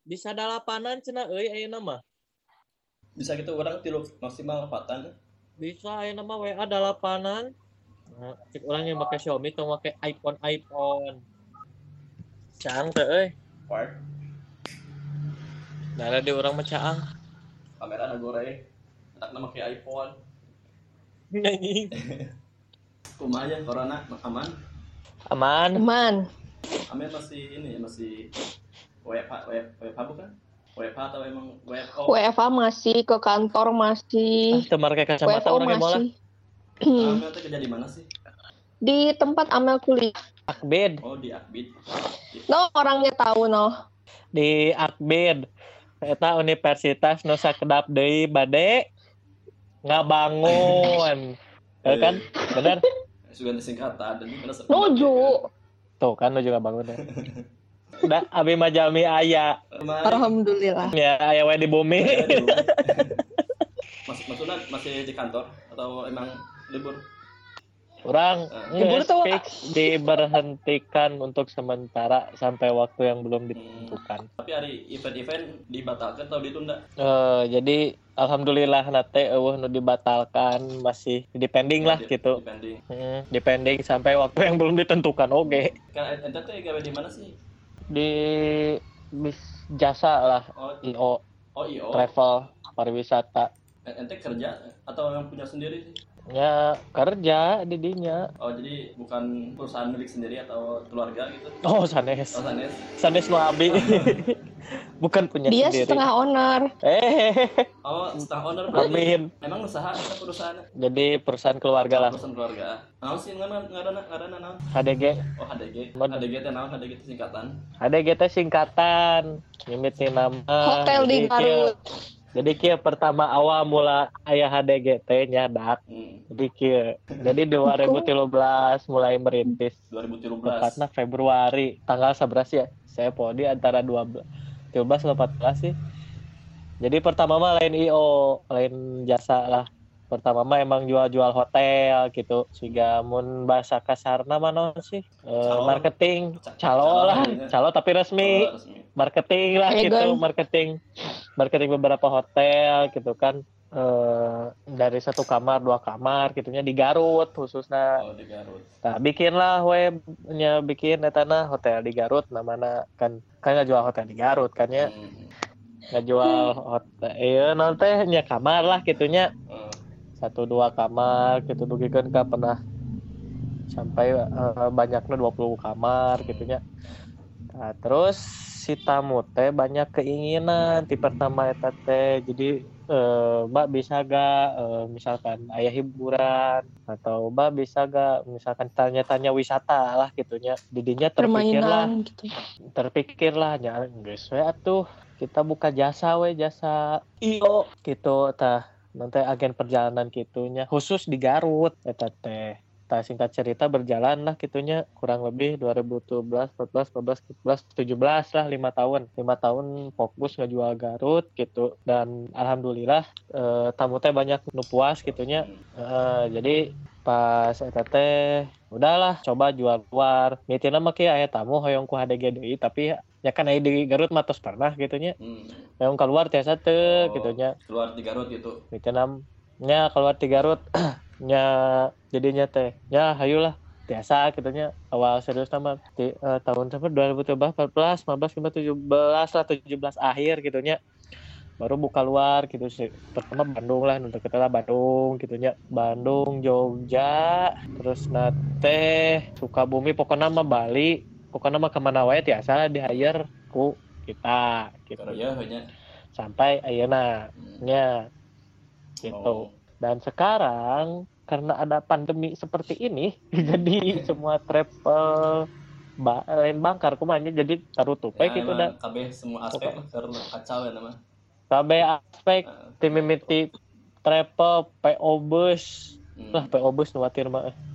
Bisa dalapanan cenah euy ayeuna mah. Bisa gitu orang tilu maksimal 4-an. Bisa ayeuna mah WA dalapanan. Nah, cek urang yang make Xiaomi tong make iPhone. Caang teh euy. Wah, Dara di urang mah caang. kamera ada goreng. Anakna make iPhone. Anjing. Kumaha aja corona aman. Aman. Amin masih ini masih WFH bukan? WFH atau emang WFO? WFA masih, ke kantor masih, Teu make kacamata WFO urang ge mola. masih. Amel tuh kerja di mana sih? Di tempat Amel kuliah. Akbid. Oh di Akbid. No, orangnya tahu no. Di Akbid. Eta universitas nu sakedap deui bade ngabangun. Kan? Bener? Sudah disingkatan dan bener. Nuju. Tuh kan nu juga bangun ya. Udah abi mah jalmi aya. Alhamdulillah. Ya aya we di bumi. Maksudnya masih di kantor atau emang libur? Orang Libur tuh fix diberhentikan untuk sementara sampai waktu yang belum ditentukan. Tapi hari event-event dibatalkan atau ditunda? Jadi alhamdulillah nate eueuh nu dibatalkan masih depending lah gitu. Depending sampai waktu yang belum ditentukan oge. Kan ente teh gawe di mana sih? Di bis jasa lah. IO. Oh IO. Travel pariwisata. Ente kerja atau yang punya sendiri sih? Ya kerja di dinya. Oh jadi bukan perusahaan milik sendiri atau keluarga gitu? Oh sanes. Oh sanes. Sanes nu abi. Bukan punya dia sendiri. Dia setengah owner. Oh setengah owner berarti. Amin. Emang usaha atau perusahaan? Jadi perusahaan keluarga lah. Perusahaan keluarga. Naon sih ngaranna naon? HDG. Oh HDG. HDG teh naon? HDG itu singkatan. HDG teh singkatan. Mimiti nama. Hotel di Garut. Jadi kia pertama awal mula aya HDG teh nyadak. Jadi kia. Jadi 2013 mulai merintis. 2013. Tepatnya Februari. Tanggal 11 ya. Saya podi antara 13 atau 14 sih. Jadi pertama mah lain IO, lain jasa lah. Pertama mah emang jual-jual hotel gitu. Siga mun bahasa kasarna mah naon sih? Marketing. Calo lah. Calo tapi resmi. Marketing lah gitu, marketing beberapa hotel gitu kan, dari 1 kamar 2 kamar gitunya di Garut khususnya. Oh di Garut. Nah bikinlah webnya, bikin etana hotel di Garut namanya kan nggak jual hotel di Garut kan ya, nggak jual hotel nanti nya kamar lah gitunya, 1-2 kamar gitu dugikan nggak pernah sampai banyaknya 20 kamar gitunya. Nah, terus si tamu teh banyak keinginan di pertama eta teh. Jadi Mbak bisa gak misalkan aya hiburan atau Mbak bisa gak misalkan tanya-tanya wisata lah gitunya. Didinya terpikirlah nya geus we atuh kita buka jasa IO gitu tah. Nanti agen perjalanan gitunya khusus di Garut eta teh. Singkat cerita berjalan lah gitunya kurang lebih 2017, 14, 15, 16, 17 lah 5 tahun. 5 tahun fokus ngejual Garut gitu. Dan alhamdulillah tamu teh banyak nu puas gitunya. Jadi pas eta teh udahlah coba jual luar. Mitina mah kieu aya tamu hoyong ku HDG deui tapi ya kan aya di Garut mah tos pernah gitunya. Hoyong keluar tiasa teu gitunya. Keluar di Garut gitu. Mitina nya keluar di Garut nya jadinya teh ya hayulah biasa gitunya awal serius nama tahun sampai 2013 14 15 17 lah 17 akhir gitunya baru buka luar gitu sih. Pertama Bandung lah untuk kita lah Bandung gitunya, Bandung Jogja terus nate Sukabumi pokoknya mah Bali pokoknya mah kemana wae tiasa di hire ku kita gitu ya hanya sampai ayeuna nya gitu. Dan sekarang karena ada pandemi seperti ini jadi semua travel lain bangkar kumanya jadi tarutup ya, gitu dah. KB semua aspek karena kacau ya nama. KB aspek tim mimiti travel PO bus lah PO bus nu watir mah